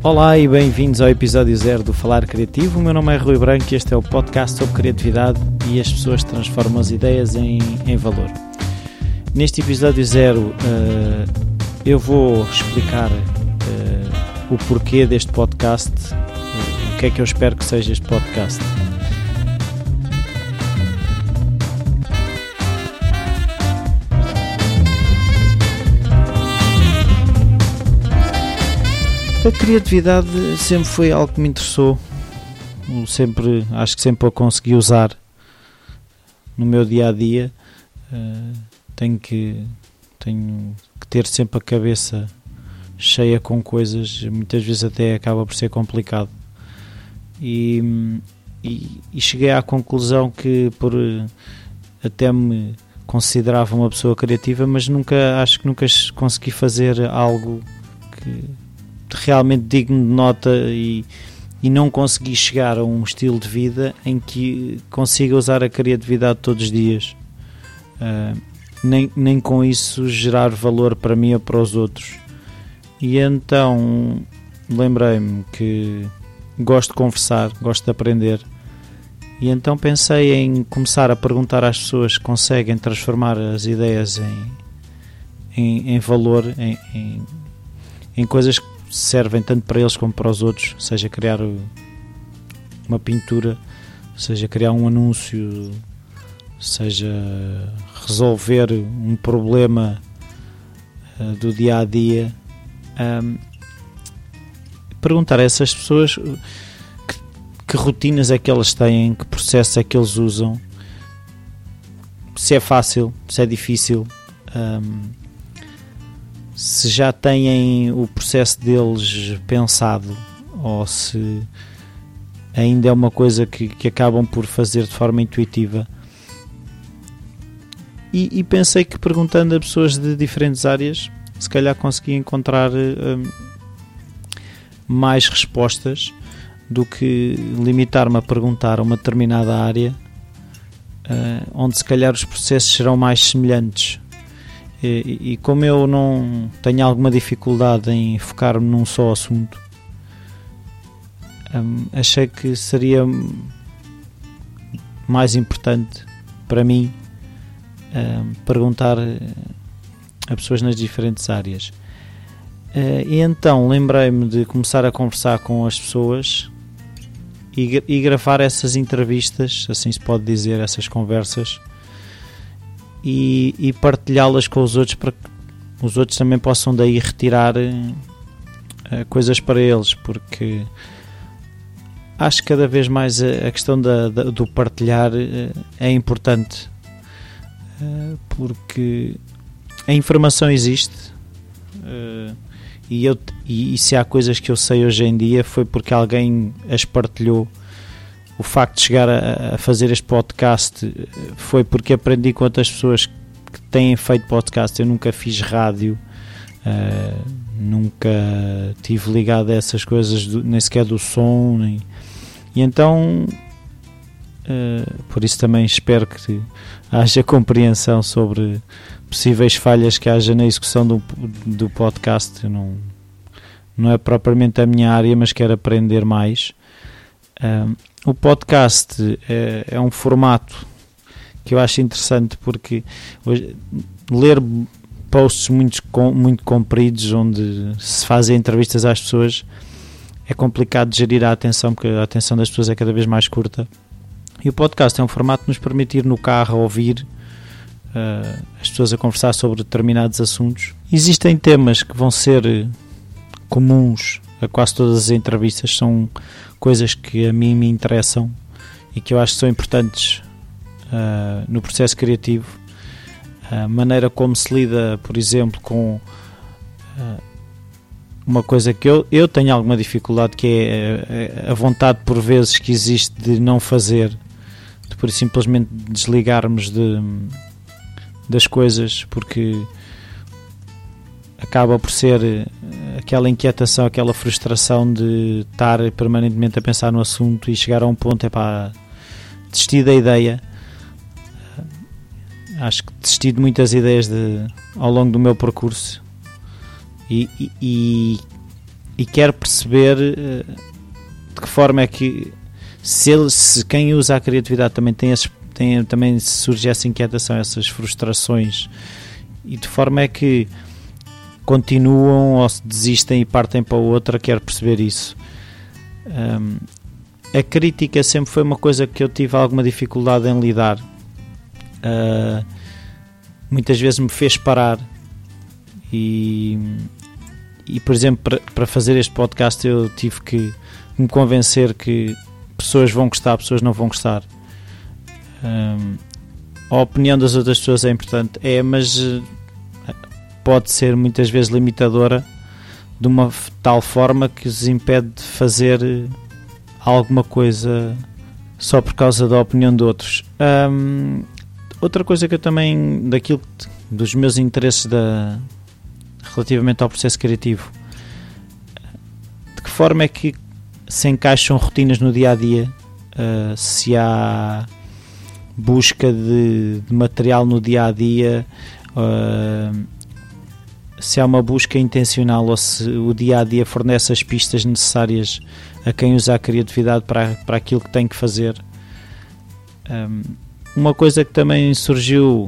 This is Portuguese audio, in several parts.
Olá e bem-vindos ao episódio 0 do Falar Criativo. O meu nome é Rui Branco e este é o podcast sobre criatividade e as pessoas transformam as ideias em valor. Neste episódio 0 eu vou explicar o porquê deste podcast, o que é que eu espero que seja este podcast. A criatividade sempre foi algo que me interessou, acho que sempre a consegui usar no meu dia-a-dia. Tenho que ter sempre a cabeça cheia com coisas, muitas vezes até acaba por ser complicado. E cheguei à conclusão que até me considerava uma pessoa criativa, mas acho que nunca consegui fazer algo que realmente digno de nota e não consegui chegar a um estilo de vida em que consiga usar a criatividade todos os dias, nem com isso gerar valor para mim ou para os outros. E então lembrei-me que gosto de conversar, gosto de aprender, e então pensei em começar a perguntar às pessoas que conseguem transformar as ideias em valor, em coisas que servem tanto para eles como para os outros, seja criar uma pintura, seja criar um anúncio, seja resolver um problema do dia a dia. Perguntar a essas pessoas que rotinas é que elas têm, que processos é que eles usam, se é fácil, se é difícil, se já têm o processo deles pensado ou se ainda é uma coisa que acabam por fazer de forma intuitiva. E pensei que perguntando a pessoas de diferentes áreas, se calhar consegui encontrar mais respostas do que limitar-me a perguntar a uma determinada área, onde se calhar os processos serão mais semelhantes. E como eu não tenho alguma dificuldade em focar-me num só assunto, achei que seria mais importante para mim perguntar a pessoas nas diferentes áreas. E então lembrei-me de começar a conversar com as pessoas e gravar essas entrevistas, assim se pode dizer, essas conversas, e partilhá-las com os outros para que os outros também possam daí retirar coisas para eles, porque acho que cada vez mais a questão do partilhar é importante, porque a informação existe, e se há coisas que eu sei hoje em dia foi porque alguém as partilhou. O facto de chegar a fazer este podcast foi porque aprendi com outras pessoas que têm feito podcast. Eu nunca fiz rádio, nunca tive ligado a essas coisas, nem sequer do som, e então por isso também espero que haja compreensão sobre possíveis falhas que haja na execução do podcast. Não é propriamente a minha área, mas quero aprender mais. O podcast é um formato que eu acho interessante, porque hoje, ler posts muito compridos onde se fazem entrevistas às pessoas é complicado de gerir a atenção, porque a atenção das pessoas é cada vez mais curta, e o podcast é um formato que nos permite ir no carro a ouvir as pessoas a conversar sobre determinados assuntos. Existem temas que vão ser comuns a quase todas as entrevistas, são coisas que a mim me interessam e que eu acho que são importantes no processo criativo. A maneira como se lida, por exemplo, com uma coisa que eu tenho alguma dificuldade, que é a vontade por vezes que existe de não fazer, de por simplesmente desligarmos das coisas, porque acaba por ser aquela inquietação, aquela frustração de estar permanentemente a pensar no assunto e chegar a um ponto, desistir da ideia. Acho que desisti de muitas ideias ao longo do meu percurso e e quero perceber de que forma é que se quem usa a criatividade também surge essa inquietação, essas frustrações, e de forma é que continuam ou se desistem e partem para outra. Quero perceber isso. A crítica sempre foi uma coisa que eu tive alguma dificuldade em lidar. Muitas vezes me fez parar e por exemplo, para fazer este podcast eu tive que me convencer que pessoas vão gostar, pessoas não vão gostar. A opinião das outras pessoas é importante, mas pode ser muitas vezes limitadora, de uma tal forma que os impede de fazer alguma coisa só por causa da opinião de outros. Outra coisa que eu também, dos meus interesses relativamente ao processo criativo, de que forma é que se encaixam rotinas no dia a dia, se há busca de material no dia a dia, se há uma busca intencional, ou se o dia a dia fornece as pistas necessárias a quem usa a criatividade para aquilo que tem que fazer. Uma coisa que também surgiu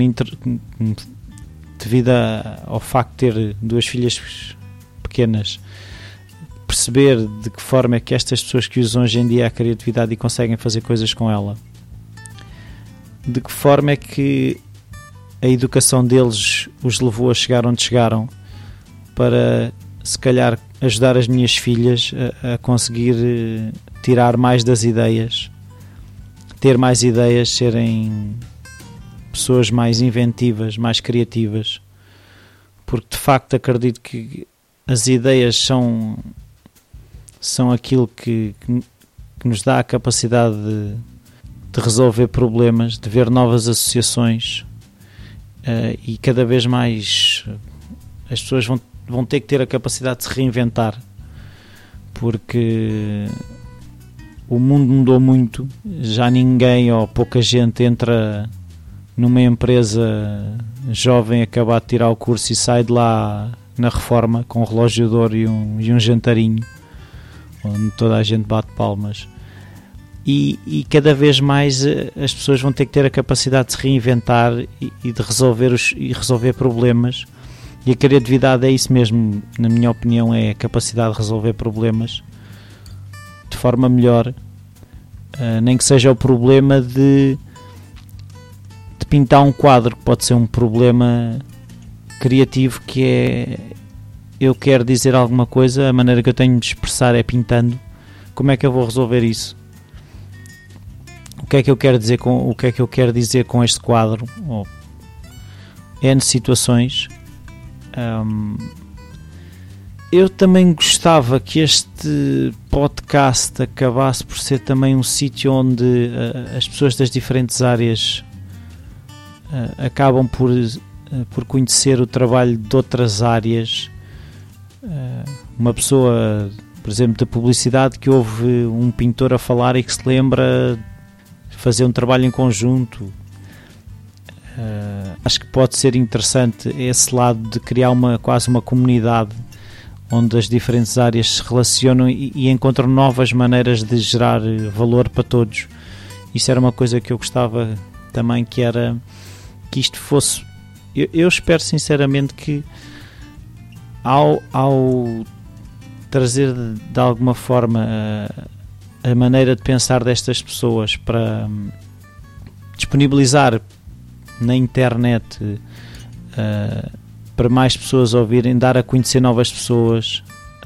devido ao facto de ter duas filhas pequenas, perceber de que forma é que estas pessoas que usam hoje em dia a criatividade e conseguem fazer coisas com ela, de que forma é que a educação deles os levou a chegar onde chegaram, para se calhar ajudar as minhas filhas a conseguir tirar mais das ideias, ter mais ideias, serem pessoas mais inventivas, mais criativas, porque de facto acredito que as ideias são aquilo que nos dá a capacidade de resolver problemas, de ver novas associações, e cada vez mais as pessoas vão ter que ter a capacidade de se reinventar, porque o mundo mudou muito. Já ninguém ou pouca gente entra numa empresa jovem, acabar de tirar o curso, e sai de lá na Reforma com um relógio de ouro e um jantarinho onde toda a gente bate palmas. E cada vez mais as pessoas vão ter que ter a capacidade de se reinventar e de resolver problemas, e a criatividade é isso mesmo, na minha opinião, é a capacidade de resolver problemas de forma melhor, nem que seja o problema de pintar um quadro, que pode ser um problema criativo, que é: eu quero dizer alguma coisa, a maneira que eu tenho de expressar é pintando. Como é que eu vou resolver isso? O que é que eu quero dizer com este quadro? N situações. Eu também gostava que este podcast acabasse por ser também um sítio onde as pessoas das diferentes áreas acabam por conhecer o trabalho de outras áreas. Uma pessoa, por exemplo, da publicidade, que ouve um pintor a falar e que se lembra de fazer um trabalho em conjunto. Acho que pode ser interessante esse lado de criar quase uma comunidade onde as diferentes áreas se relacionam e encontram novas maneiras de gerar valor para todos. Isso era uma coisa que eu gostava também, que era que isto fosse... Eu espero sinceramente que ao trazer de alguma forma a maneira de pensar destas pessoas para disponibilizar na internet para mais pessoas ouvirem, dar a conhecer novas pessoas,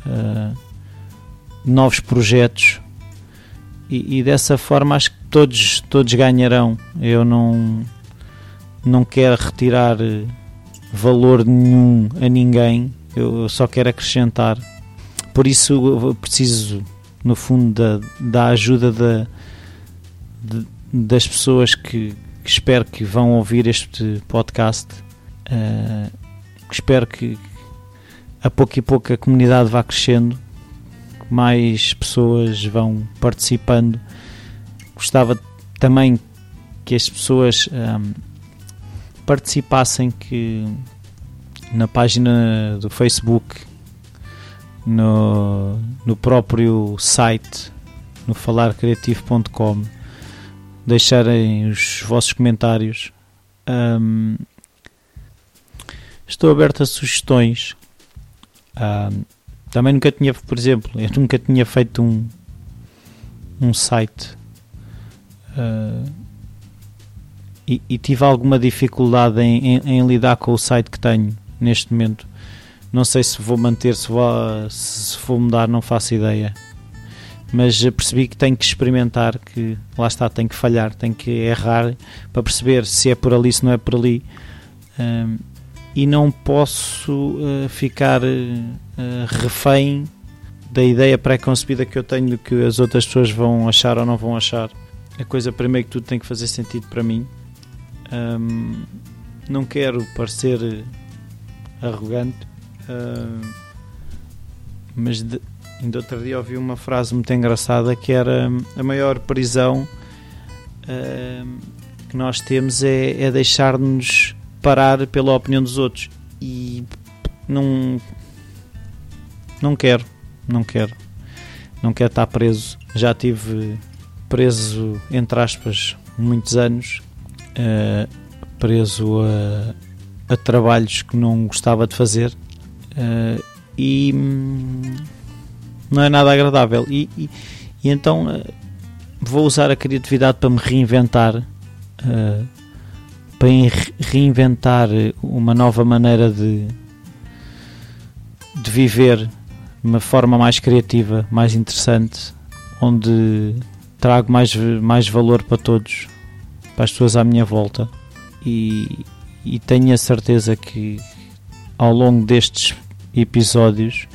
novos projetos, e dessa forma acho que todos ganharão. Eu não quero retirar valor nenhum a ninguém, eu só quero acrescentar. Por isso eu preciso, no fundo, da ajuda das pessoas que espero que vão ouvir este podcast. Espero que a pouco e pouco a comunidade vá crescendo, que mais pessoas vão participando. Gostava também que as pessoas participassem, que na página do Facebook no próprio site, no falarcreativo.com, deixarem os vossos comentários. Estou aberto a sugestões. Também nunca tinha, por exemplo, eu nunca tinha feito um site e tive alguma dificuldade em lidar com o site que tenho neste momento. Não sei se vou manter, se vou mudar, não faço ideia. Mas percebi que tenho que experimentar, que lá está, tenho que falhar, tenho que errar para perceber se é por ali, se não é por ali. E não posso ficar refém da ideia pré-concebida que eu tenho do que as outras pessoas vão achar ou não vão achar. A coisa primeiro que tudo tem que fazer sentido para mim. Não quero parecer arrogante, mas ainda outro dia ouvi uma frase muito engraçada que era: a maior prisão que nós temos é deixar-nos parar pela opinião dos outros. E não quero estar preso. Já estive preso, entre aspas, muitos anos, preso a trabalhos que não gostava de fazer, e não é nada agradável. E então vou usar a criatividade para me reinventar, para reinventar uma nova maneira de viver de uma forma mais criativa, mais interessante, onde trago mais valor para todos, para as pessoas à minha volta, e tenho a certeza que ao longo destes episódios,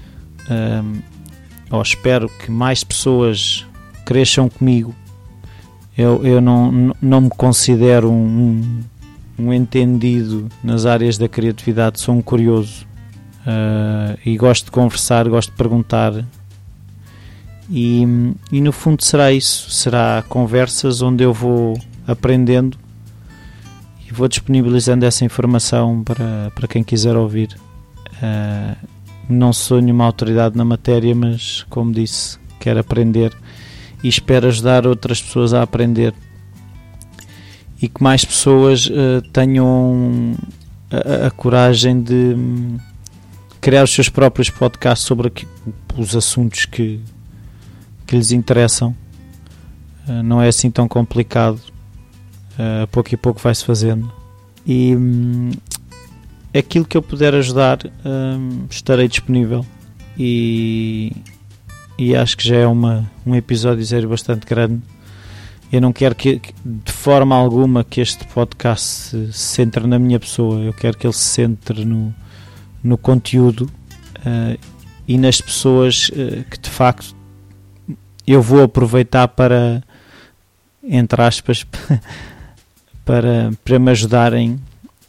eu espero que mais pessoas cresçam comigo. Eu não me considero um entendido nas áreas da criatividade, sou um curioso, e gosto de conversar, gosto de perguntar, e no fundo será isso, será conversas onde eu vou aprendendo e vou disponibilizando essa informação para quem quiser ouvir. Não sou nenhuma autoridade na matéria, mas como disse, quero aprender e espero ajudar outras pessoas a aprender, e que mais pessoas tenham a coragem de criar os seus próprios podcasts sobre os assuntos que lhes interessam. Não é assim tão complicado, a pouco e pouco vai-se fazendo, e aquilo que eu puder ajudar, estarei disponível, e acho que já é um episódio zero bastante grande. Eu não quero que de forma alguma que este podcast se centre na minha pessoa, eu quero que ele se centre no conteúdo, e nas pessoas que de facto eu vou aproveitar para, entre aspas, para me ajudarem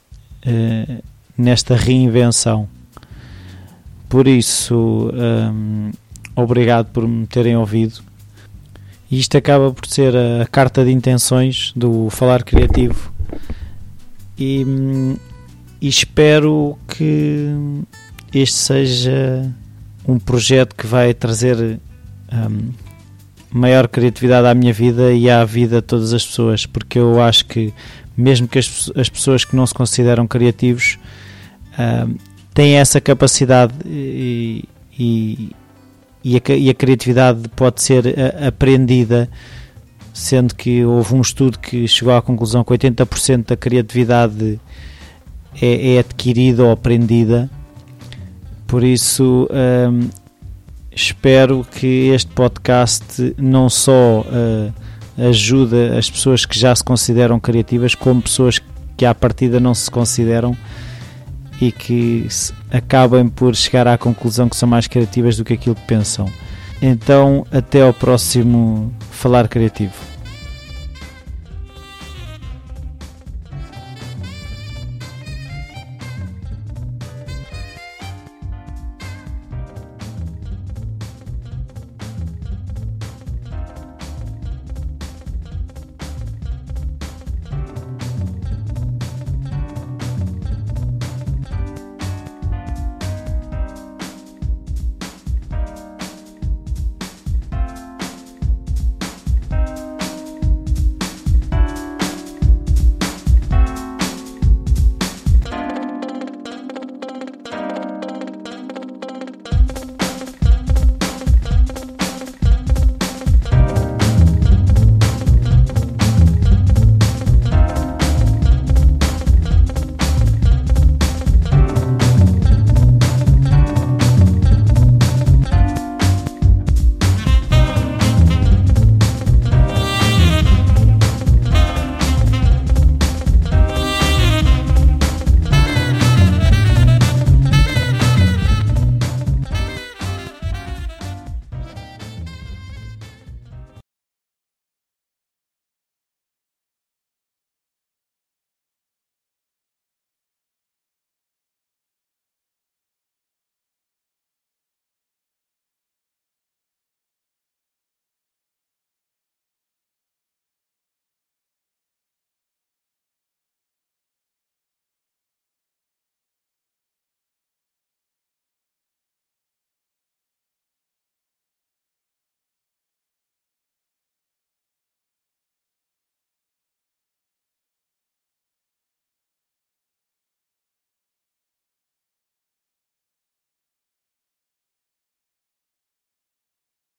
nesta reinvenção. Por isso, obrigado por me terem ouvido. E isto acaba por ser a carta de intenções do Falar Criativo, e espero que este seja um projeto que vai trazer maior criatividade à minha vida e à vida de todas as pessoas, porque eu acho que mesmo que as pessoas que não se consideram criativos têm essa capacidade, e a criatividade pode ser aprendida, sendo que houve um estudo que chegou à conclusão que 80% da criatividade é adquirida ou aprendida. Por isso, espero que este podcast não só ajude as pessoas que já se consideram criativas, como pessoas que à partida não se consideram e que acabem por chegar à conclusão que são mais criativas do que aquilo que pensam. Então, até ao próximo Falar Criativo.